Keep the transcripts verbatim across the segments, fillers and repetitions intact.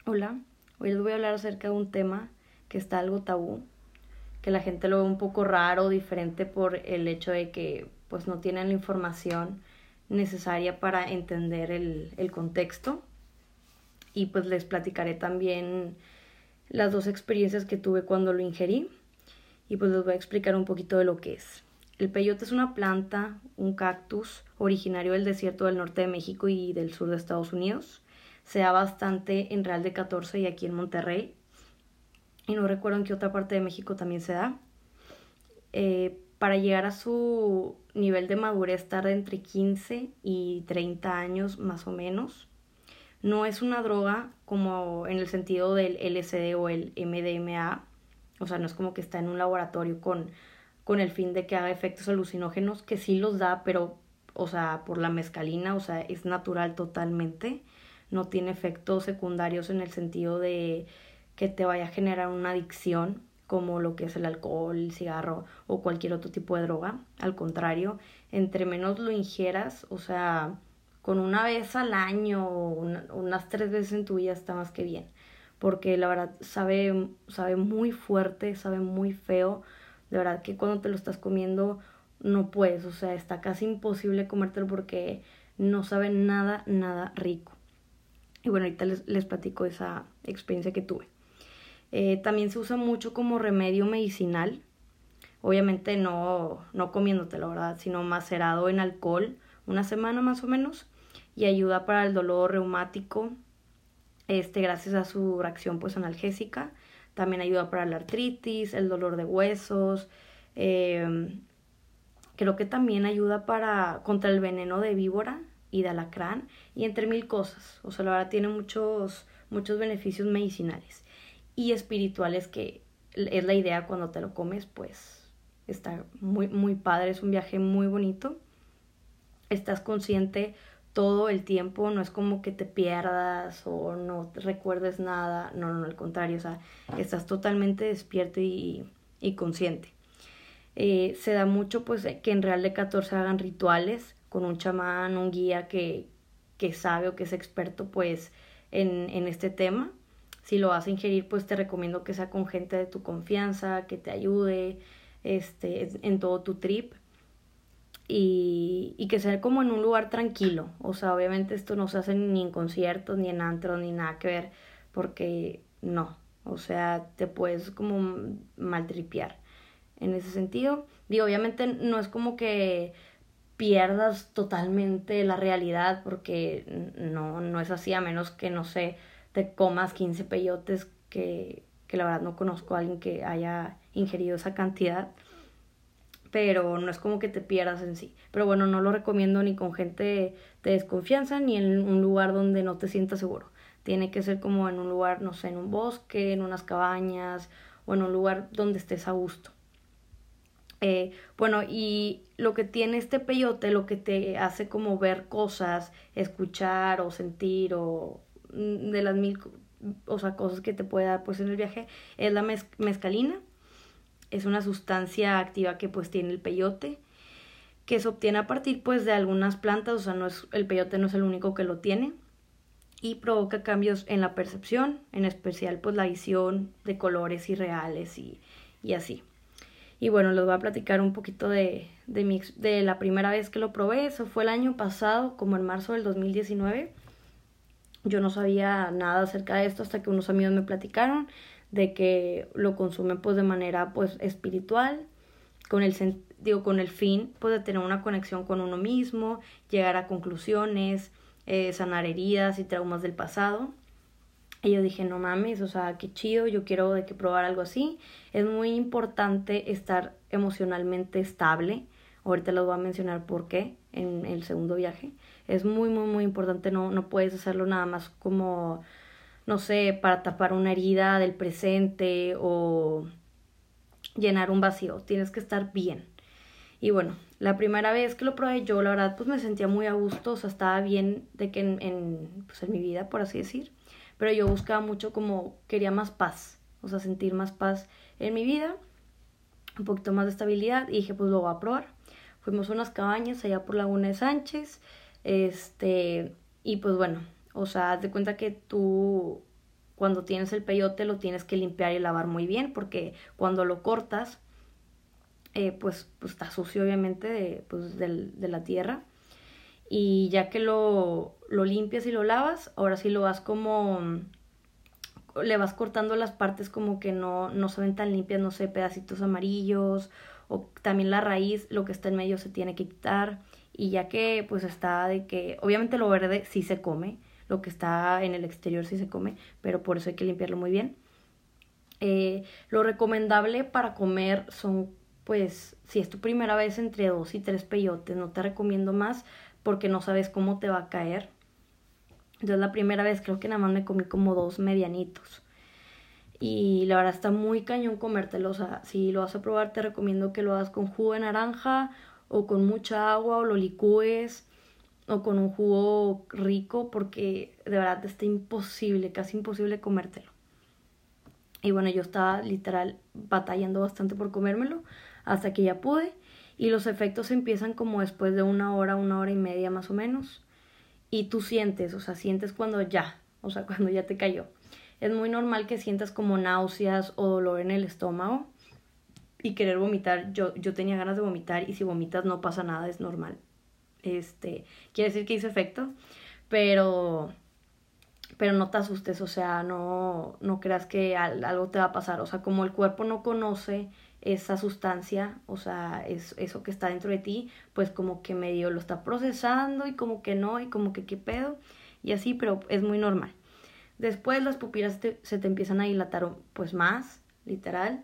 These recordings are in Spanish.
Hola, hoy les voy a hablar acerca de un tema que está algo tabú, que la gente lo ve un poco raro o diferente por el hecho de que pues no tienen la información necesaria para entender el, el contexto. Y pues les platicaré también las dos experiencias que tuve cuando lo ingerí y pues les voy a explicar un poquito de lo que es. El peyote es una planta, un cactus originario del desierto del norte de México y del sur de Estados Unidos. Se da bastante en Real de catorce y aquí en Monterrey. Y no recuerdo en qué otra parte de México también se da. Eh, para llegar a su nivel de madurez tarda entre quince y treinta años más o menos. No es una droga como en el sentido del L S D o el M D M A. O sea, no es como que está en un laboratorio con, con el fin de que haga efectos alucinógenos, que sí los da, pero, o sea, por la mescalina, o sea, es natural totalmente. No tiene efectos secundarios en el sentido de que te vaya a generar una adicción como lo que es el alcohol, el cigarro o cualquier otro tipo de droga. Al contrario, entre menos lo ingieras, o sea, con una vez al año o una, unas tres veces en tu vida está más que bien. Porque la verdad sabe, sabe muy fuerte, sabe muy feo. De verdad que cuando te lo estás comiendo no puedes, o sea, está casi imposible comértelo porque no sabe nada, nada rico. Y bueno, ahorita les, les platico esa experiencia que tuve. Eh, también se usa mucho como remedio medicinal. Obviamente no, no comiéndotelo, ¿verdad? Sino macerado en alcohol una semana más o menos. Y ayuda para el dolor reumático, este, gracias a su acción pues analgésica. También ayuda para la artritis, el dolor de huesos. Eh, creo que también ayuda para contra el veneno de víbora y de alacrán y entre mil cosas. O sea, la verdad tiene muchos, muchos beneficios medicinales y espirituales que es la idea cuando te lo comes, pues está muy, muy padre, es un viaje muy bonito. Estás consciente todo el tiempo, no es como que te pierdas o no recuerdes nada, no, no, al contrario, o sea, estás totalmente despierto y, y consciente. Eh, se da mucho pues que en Real de catorce hagan rituales con un chamán, un guía que, que sabe o que es experto pues en, en este tema. Si lo vas a ingerir pues te recomiendo que sea con gente de tu confianza, que te ayude este, en todo tu trip y, y que sea como en un lugar tranquilo. O sea, obviamente esto no se hace ni en conciertos, ni en antros, ni nada que ver, porque no, o sea, te puedes como maltripear en ese sentido. Digo, obviamente no es como que pierdas totalmente la realidad, porque no, no es así, a menos que, no sé, te comas quince peyotes, que, que la verdad no conozco a alguien que haya ingerido esa cantidad, pero no es como que te pierdas en sí. Pero bueno, no lo recomiendo ni con gente de desconfianza ni en un lugar donde no te sientas seguro. Tiene que ser como en un lugar, no sé, en un bosque, en unas cabañas o en un lugar donde estés a gusto. Eh, bueno, y lo que tiene este peyote, lo que te hace como ver cosas, escuchar o sentir o mm, de las mil, o sea, cosas que te puede dar pues en el viaje, es la mez mezcalina. Es una sustancia activa que pues tiene el peyote, que se obtiene a partir pues de algunas plantas, o sea, no es, el peyote no es el único que lo tiene, y provoca cambios en la percepción, en especial pues la visión de colores irreales y, y así. Y bueno, les voy a platicar un poquito de, de, mi, de la primera vez que lo probé. Eso fue el año pasado, como en marzo del dos mil diecinueve. Yo no sabía nada acerca de esto hasta que unos amigos me platicaron de que lo consumen pues de manera pues espiritual, con el digo, con el fin pues de tener una conexión con uno mismo, llegar a conclusiones, eh, sanar heridas y traumas del pasado. Y yo dije, no mames, o sea, qué chido, yo quiero de que probar algo así. Es muy importante estar emocionalmente estable. Ahorita les voy a mencionar por qué en el segundo viaje. Es muy, muy, muy importante, no, no puedes hacerlo nada más como, no sé, para tapar una herida del presente o llenar un vacío. Tienes que estar bien. Y bueno, la primera vez que lo probé yo, la verdad, pues me sentía muy a gusto, o sea, estaba bien de que en, en, pues en mi vida, por así decir. Pero yo buscaba mucho como, quería más paz, o sea, sentir más paz en mi vida, un poquito más de estabilidad, y dije, pues lo voy a probar. Fuimos a unas cabañas allá por Laguna de Sánchez, este, y pues bueno, o sea, haz de cuenta que tú cuando tienes el peyote lo tienes que limpiar y lavar muy bien, porque cuando lo cortas, eh, pues, pues está sucio obviamente de, pues, del, de la tierra. Y ya que lo, lo limpias y lo lavas, ahora sí lo vas como, le vas cortando las partes como que no, no se ven tan limpias, no sé, pedacitos amarillos, o también la raíz, lo que está en medio se tiene que quitar. Y ya que pues está de que, obviamente lo verde sí se come, lo que está en el exterior sí se come, pero por eso hay que limpiarlo muy bien. Eh, lo recomendable para comer son, pues, si es tu primera vez, entre dos y tres peyotes. No te recomiendo más porque no sabes cómo te va a caer. Entonces la primera vez creo que nada más me comí como dos medianitos. Y la verdad está muy cañón comértelo. O sea, si lo vas a probar te recomiendo que lo hagas con jugo de naranja o con mucha agua o lo licúes o con un jugo rico, porque de verdad está imposible, casi imposible comértelo. Y bueno, yo estaba literal batallando bastante por comérmelo hasta que ya pude. Y los efectos empiezan como después de una hora, una hora y media más o menos. Y tú sientes, o sea, sientes cuando ya, o sea, cuando ya te cayó. Es muy normal que sientas como náuseas o dolor en el estómago y querer vomitar. Yo, yo tenía ganas de vomitar, y si vomitas no pasa nada, es normal. Este, quiere decir que hizo efecto, pero, pero no te asustes, o sea, no, no creas que algo te va a pasar. O sea, como el cuerpo no conoce esa sustancia, o sea, es eso que está dentro de ti, pues como que medio lo está procesando y como que no, y como que qué pedo, y así, pero es muy normal. Después las pupilas te, se te empiezan a dilatar pues más, literal,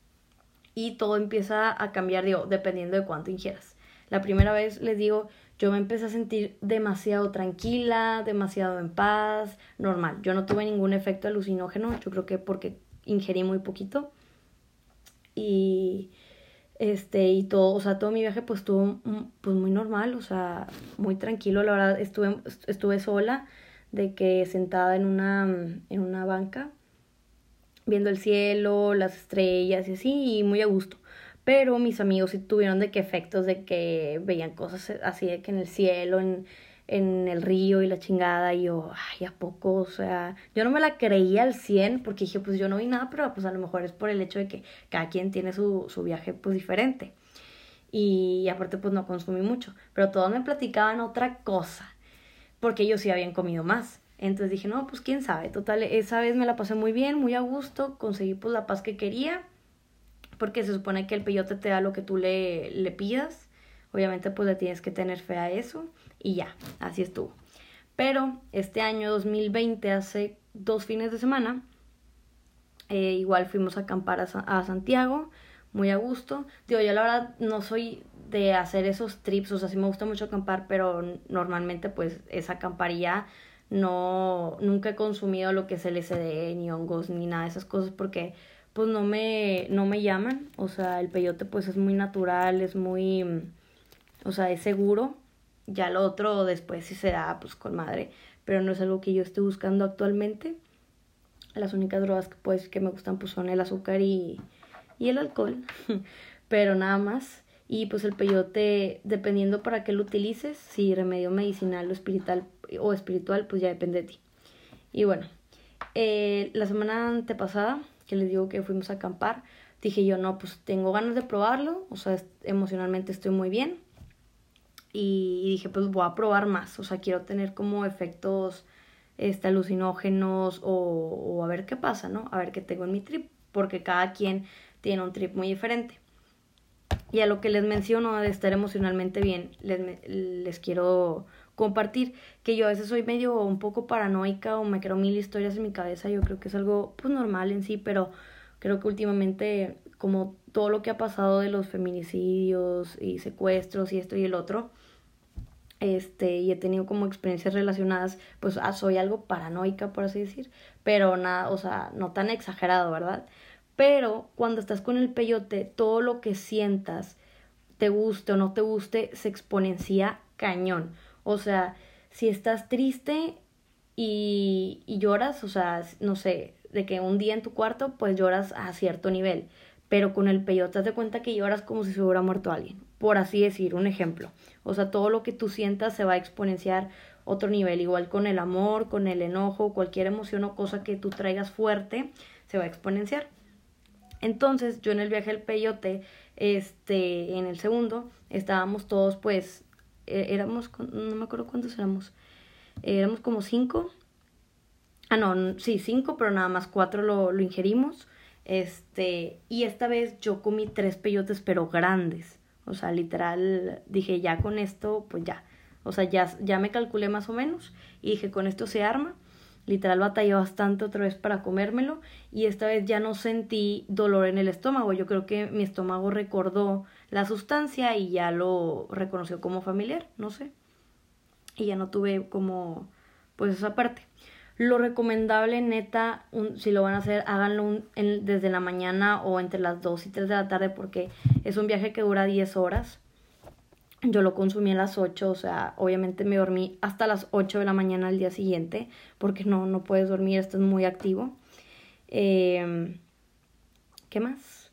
y todo empieza a cambiar, digo, dependiendo de cuánto ingieras. La primera vez, les digo, yo me empecé a sentir demasiado tranquila, demasiado en paz, normal. Yo no tuve ningún efecto alucinógeno, yo creo que porque ingerí muy poquito. Y este y todo, o sea, todo mi viaje pues estuvo pues muy normal, o sea, muy tranquilo. La verdad, estuve estuve sola, de que sentada en una en una banca viendo el cielo, las estrellas y así, y muy a gusto. Pero mis amigos sí tuvieron de que efectos de que veían cosas así de que en el cielo, en en el río y la chingada, y yo, ay, ¿a poco? O sea, yo no me la creía al cien, porque dije, pues yo no vi nada, pero pues a lo mejor es por el hecho de que cada quien tiene su, su viaje pues diferente. Y aparte pues no consumí mucho, pero todos me platicaban otra cosa, porque ellos sí habían comido más. Entonces dije, no, pues quién sabe, total, esa vez me la pasé muy bien, muy a gusto, conseguí pues la paz que quería, porque se supone que el peyote te da lo que tú le, le pidas. Obviamente pues le tienes que tener fe a eso, y ya, así estuvo. Pero este año dos mil veinte, hace dos fines de semana, eh, igual fuimos a acampar a, a Santiago, muy a gusto. Digo, yo la verdad no soy de hacer esos trips, o sea, sí me gusta mucho acampar, pero normalmente pues es acampar y ya. No, nunca he consumido lo que es L S D, ni hongos, ni nada de esas cosas, porque pues no me, no me llaman. O sea, el peyote pues es muy natural, es muy, o sea, es seguro. Ya lo otro después sí se da pues con madre, pero no es algo que yo esté buscando actualmente. Las únicas drogas que pues que me gustan pues son el azúcar y, y el alcohol, pero nada más. Y pues el peyote, dependiendo para qué lo utilices, si remedio medicinal o espiritual, o espiritual, pues ya depende de ti. Y bueno, eh, la semana antepasada, que les digo que fuimos a acampar, dije yo, no, pues tengo ganas de probarlo, o sea, emocionalmente estoy muy bien. Y dije, pues voy a probar más, o sea, quiero tener como efectos este, alucinógenos, o, o a ver qué pasa, ¿no? A ver qué tengo en mi trip, porque cada quien tiene un trip muy diferente. Y a lo que les menciono de estar emocionalmente bien, les, les quiero compartir que yo a veces soy medio un poco paranoica, o me creo mil historias en mi cabeza. Yo creo que es algo pues normal en sí, pero creo que últimamente, como todo lo que ha pasado de los feminicidios y secuestros y esto y el otro, este, y he tenido como experiencias relacionadas, pues ah, soy algo paranoica, por así decir, pero nada, o sea, no tan exagerado, ¿verdad? Pero cuando estás con el peyote, todo lo que sientas, te guste o no te guste, se exponencia cañón. O sea, si estás triste y, y lloras, o sea, no sé, de que un día en tu cuarto, pues lloras a cierto nivel. Pero con el peyote te das cuenta que lloras como si se hubiera muerto alguien, por así decir, un ejemplo. O sea, todo lo que tú sientas se va a exponenciar otro nivel. Igual con el amor, con el enojo, cualquier emoción o cosa que tú traigas fuerte, se va a exponenciar. Entonces, yo en el viaje del peyote, este, en el segundo, estábamos todos, pues, eh, éramos, no me acuerdo cuántos éramos, eh, éramos como cinco, ah, no, sí, cinco, pero nada más cuatro lo, lo ingerimos, este, y esta vez yo comí tres peyotes, pero grandes, o sea, literal, dije, ya con esto, pues ya, o sea, ya, ya me calculé más o menos, y dije, con esto se arma. Literal batallé bastante otra vez para comérmelo y esta vez ya no sentí dolor en el estómago. Yo creo que mi estómago recordó la sustancia y ya lo reconoció como familiar, no sé. Y ya no tuve como, pues esa parte. Lo recomendable, neta, un, si lo van a hacer, háganlo un, en, desde la mañana o entre las dos y tres de la tarde porque es un viaje que dura diez horas. Yo lo consumí a las ocho, o sea, obviamente me dormí hasta las ocho de la mañana al día siguiente, porque no, no puedes dormir, estás muy activo. Eh, ¿Qué más?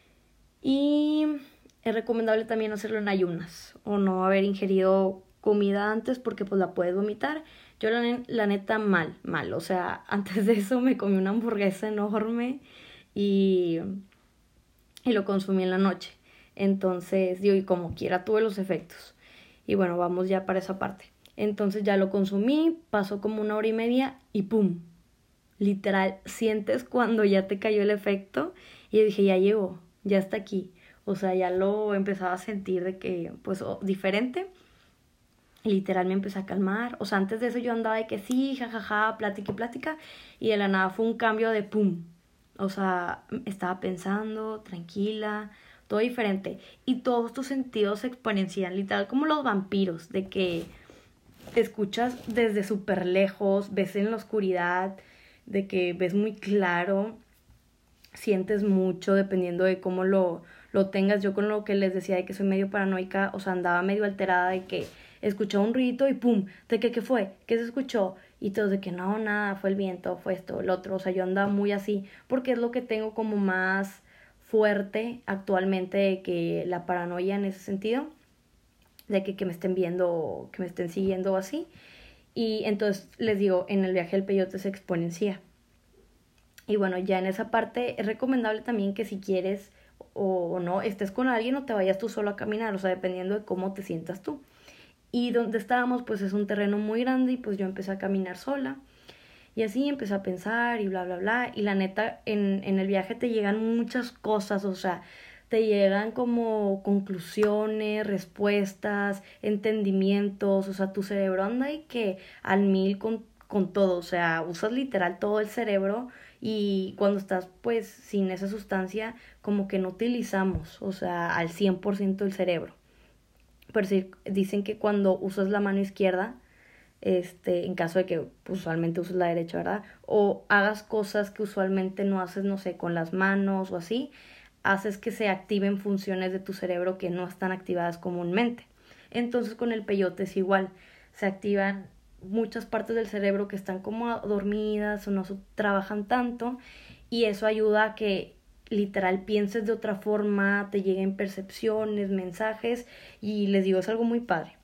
Y es recomendable también hacerlo en ayunas, o no haber ingerido comida antes, porque pues la puedes vomitar. Yo la, la neta mal, mal, o sea, antes de eso me comí una hamburguesa enorme y, y lo consumí en la noche. Entonces, digo, y como quiera tuve los efectos. Y bueno, vamos ya para esa parte. Entonces ya lo consumí, pasó como una hora y media y ¡pum! Literal, sientes cuando ya te cayó el efecto y yo dije, ya llegó, ya está aquí. O sea, ya lo empezaba a sentir de que, pues, oh, diferente. Literal me empecé a calmar. O sea, antes de eso yo andaba de que sí, jajaja, plática y plática. Y de la nada fue un cambio de ¡pum! O sea, estaba pensando, tranquila, todo diferente. Y todos tus sentidos se exponencian, literal como los vampiros, de que escuchas desde súper lejos, ves en la oscuridad, de que ves muy claro, sientes mucho dependiendo de cómo lo, lo tengas. Yo con lo que les decía de que soy medio paranoica, o sea, andaba medio alterada de que escuchaba un ruidito y pum, de que qué fue, qué se escuchó, y todos de que no, nada, fue el viento, fue esto, el otro, o sea, yo andaba muy así, porque es lo que tengo como más fuerte actualmente, de que la paranoia en ese sentido, de que, que me estén viendo, que me estén siguiendo o así. Y entonces les digo, en el viaje del peyote se exponencia. Y bueno, ya en esa parte es recomendable también que si quieres o no, estés con alguien o te vayas tú solo a caminar, o sea, dependiendo de cómo te sientas tú. Y donde estábamos, pues es un terreno muy grande y pues yo empecé a caminar sola. Y así empecé a pensar y bla, bla, bla. Y la neta, en, en el viaje te llegan muchas cosas, o sea, te llegan como conclusiones, respuestas, entendimientos, o sea, tu cerebro anda y que al mil con, con todo, o sea, usas literal todo el cerebro y cuando estás pues sin esa sustancia, como que no utilizamos, o sea, al cien por ciento el cerebro. Pero sí, dicen que cuando usas la mano izquierda, este, en caso de que pues, usualmente uses la derecha, ¿verdad? O hagas cosas que usualmente no haces, no sé, con las manos o así, haces que se activen funciones de tu cerebro que no están activadas comúnmente. Entonces con el peyote es igual, se activan muchas partes del cerebro que están como dormidas o no trabajan tanto y eso ayuda a que literal pienses de otra forma, te lleguen percepciones, mensajes y les digo, es algo muy padre.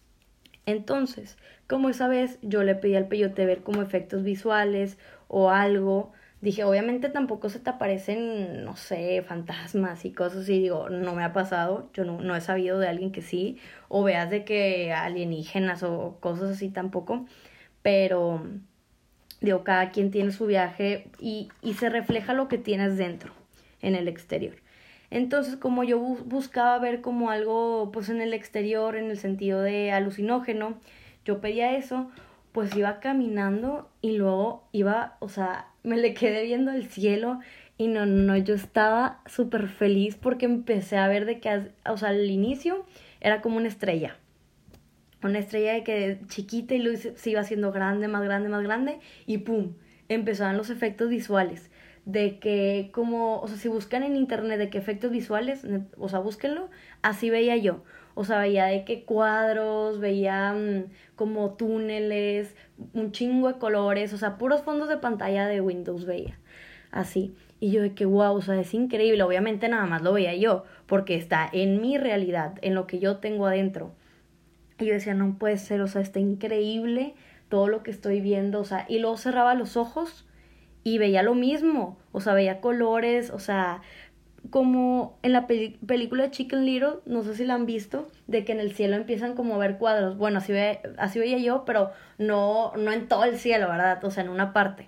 Entonces, como esa vez yo le pedí al peyote ver como efectos visuales o algo, dije, obviamente tampoco se te aparecen, no sé, fantasmas y cosas así, digo, no me ha pasado, yo no, no he sabido de alguien que sí, o veas de que alienígenas o cosas así tampoco, pero digo, cada quien tiene su viaje y, y se refleja lo que tienes dentro, en el exterior. Entonces, como yo bu- buscaba ver como algo, pues en el exterior, en el sentido de alucinógeno, yo pedía eso, pues iba caminando y luego iba, o sea, me le quedé viendo el cielo y no, no, yo estaba súper feliz porque empecé a ver de que, o sea, al inicio era como una estrella. Una estrella de que chiquita y luego se, se iba haciendo grande, más grande, más grande y ¡pum! Empezaban los efectos visuales de que como, o sea, si buscan en internet de qué efectos visuales, o sea, búsquenlo, así veía yo, o sea, veía de qué cuadros, veía mmm, como túneles, un chingo de colores, o sea, puros fondos de pantalla de Windows veía, así, y yo de que wow, o sea, es increíble, obviamente nada más lo veía yo, porque está en mi realidad, en lo que yo tengo adentro. Y yo decía, no puede ser, o sea, está increíble todo lo que estoy viendo, o sea, y luego cerraba los ojos y veía lo mismo, o sea, veía colores, o sea, como en la peli- película de Chicken Little, no sé si la han visto, de que en el cielo empiezan como a ver cuadros. Bueno, así, ve, así veía yo, pero no, no en todo el cielo, ¿verdad? O sea, en una parte.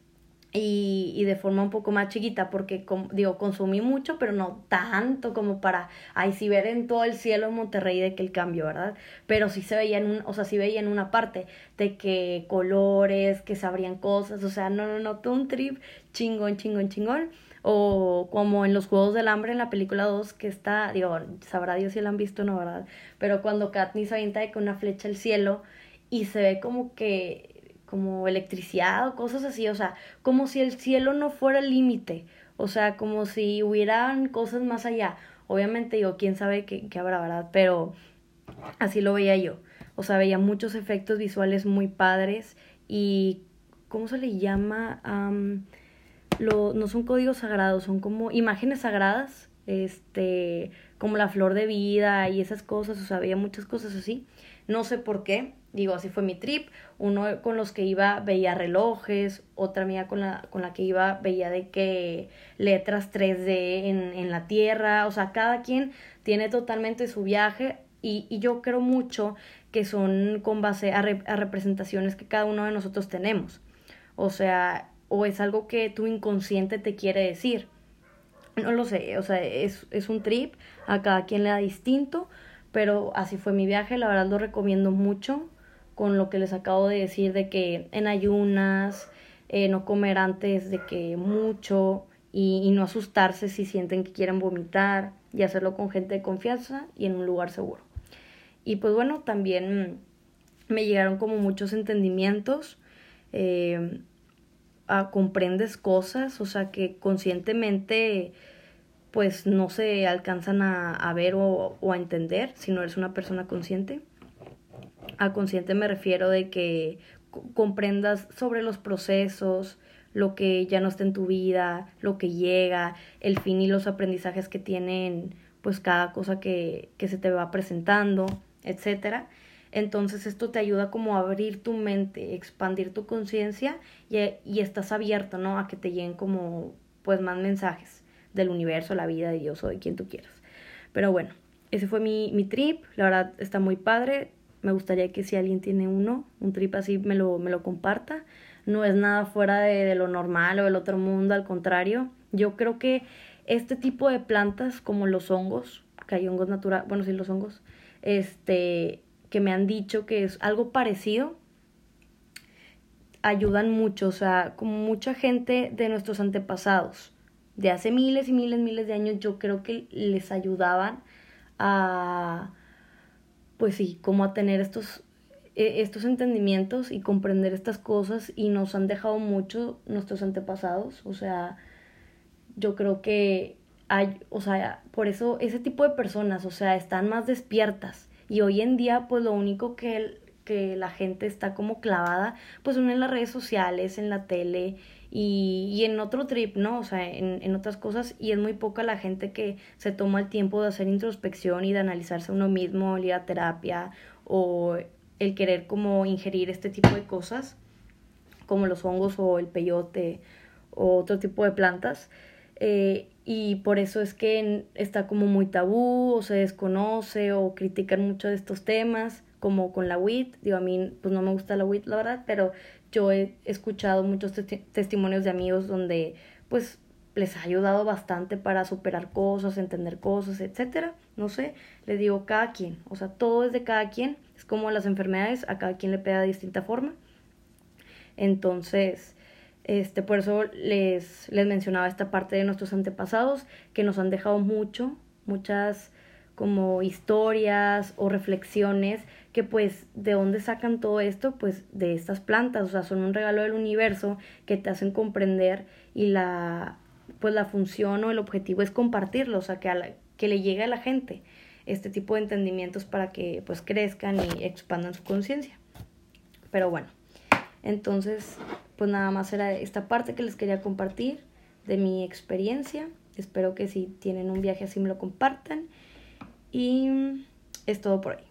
Y, y de forma un poco más chiquita, porque, com, digo, consumí mucho, pero no tanto como para, ay, sí ver en todo el cielo en Monterrey de que el cambio, ¿verdad? Pero sí se veía en un, o sea, sí veía en una parte de que colores, que se abrían cosas, o sea, no, no, no, todo un trip chingón, chingón, chingón. O como en los Juegos del Hambre en la película dos que está, digo, sabrá Dios si la han visto o no, ¿verdad? Pero cuando Katniss avienta de con una flecha al cielo y se ve como que, como electricidad o cosas así, o sea, como si el cielo no fuera el límite, o sea, como si hubieran cosas más allá. Obviamente, digo, quién sabe qué, qué habrá, ¿verdad? Pero así lo veía yo. O sea, veía muchos efectos visuales muy padres y, ¿cómo se le llama? Um, lo, no son códigos sagrados, son como imágenes sagradas, este, como la flor de vida y esas cosas, o sea, había muchas cosas así. No sé por qué, digo, así fue mi trip. Uno con los que iba veía relojes, otra amiga con la, con la que iba veía de que letras tres D en, en la tierra, o sea, cada quien tiene totalmente su viaje y, y yo creo mucho que son con base a, re, a representaciones que cada uno de nosotros tenemos. O sea, o es algo que tu inconsciente te quiere decir. No lo sé, o sea, es, es un trip, a cada quien le da distinto, pero así fue mi viaje, la verdad lo recomiendo mucho, con lo que les acabo de decir de que en ayunas, eh, no comer antes de que mucho y, y no asustarse si sienten que quieren vomitar y hacerlo con gente de confianza y en un lugar seguro. Y pues bueno, también me llegaron como muchos entendimientos, eh, a, comprendes cosas, o sea, que conscientemente pues no se alcanzan a, a ver o, o a entender si no eres una persona consciente. A consciente me refiero de que comprendas sobre los procesos, lo que ya no está en tu vida, lo que llega, el fin y los aprendizajes que tienen pues cada cosa que, que se te va presentando, etcétera. Entonces esto te ayuda como a abrir tu mente, expandir tu conciencia y, y estás abierto, ¿no? A que te lleguen como pues más mensajes del universo, la vida, de Dios o de quien tú quieras. Pero bueno, ese fue mi, mi trip, la verdad está muy padre. Me gustaría que si alguien tiene uno, un trip así, me lo, me lo comparta. No es nada fuera de, de lo normal o del otro mundo, al contrario. Yo creo que este tipo de plantas, como los hongos, que hay hongos naturales, bueno, sí, los hongos, este, que me han dicho que es algo parecido, ayudan mucho, o sea, como mucha gente de nuestros antepasados, de hace miles y miles, miles de años, yo creo que les ayudaban a, pues sí, como a tener estos, estos entendimientos y comprender estas cosas y nos han dejado mucho nuestros antepasados, o sea, yo creo que hay, o sea, por eso ese tipo de personas, o sea, están más despiertas y hoy en día pues lo único que, el, que la gente está como clavada pues son en las redes sociales, en la tele y, y en otro trip, ¿no? O sea, en, en otras cosas y es muy poca la gente que se toma el tiempo de hacer introspección y de analizarse a uno mismo, ir a terapia o el querer como ingerir este tipo de cosas como los hongos o el peyote o otro tipo de plantas. Eh, y por eso es que está como muy tabú o se desconoce o critican mucho de estos temas, como con la weed. Digo, a mí pues no me gusta la weed, la verdad, pero yo he escuchado muchos te- testimonios de amigos donde pues les ha ayudado bastante para superar cosas, entender cosas, etcétera. No sé, les digo cada quien, o sea, todo es de cada quien, es como las enfermedades, a cada quien le pega de distinta forma. Entonces, este, por eso les, les mencionaba esta parte de nuestros antepasados que nos han dejado mucho, muchas como historias o reflexiones que pues de dónde sacan todo esto, pues de estas plantas, o sea, son un regalo del universo que te hacen comprender y la pues la función o el objetivo es compartirlo, o sea, que, a la, que le llegue a la gente este tipo de entendimientos para que pues crezcan y expandan su conciencia. Pero bueno, entonces, pues nada más era esta parte que les quería compartir de mi experiencia. Espero que si tienen un viaje así me lo compartan. Y es todo por hoy.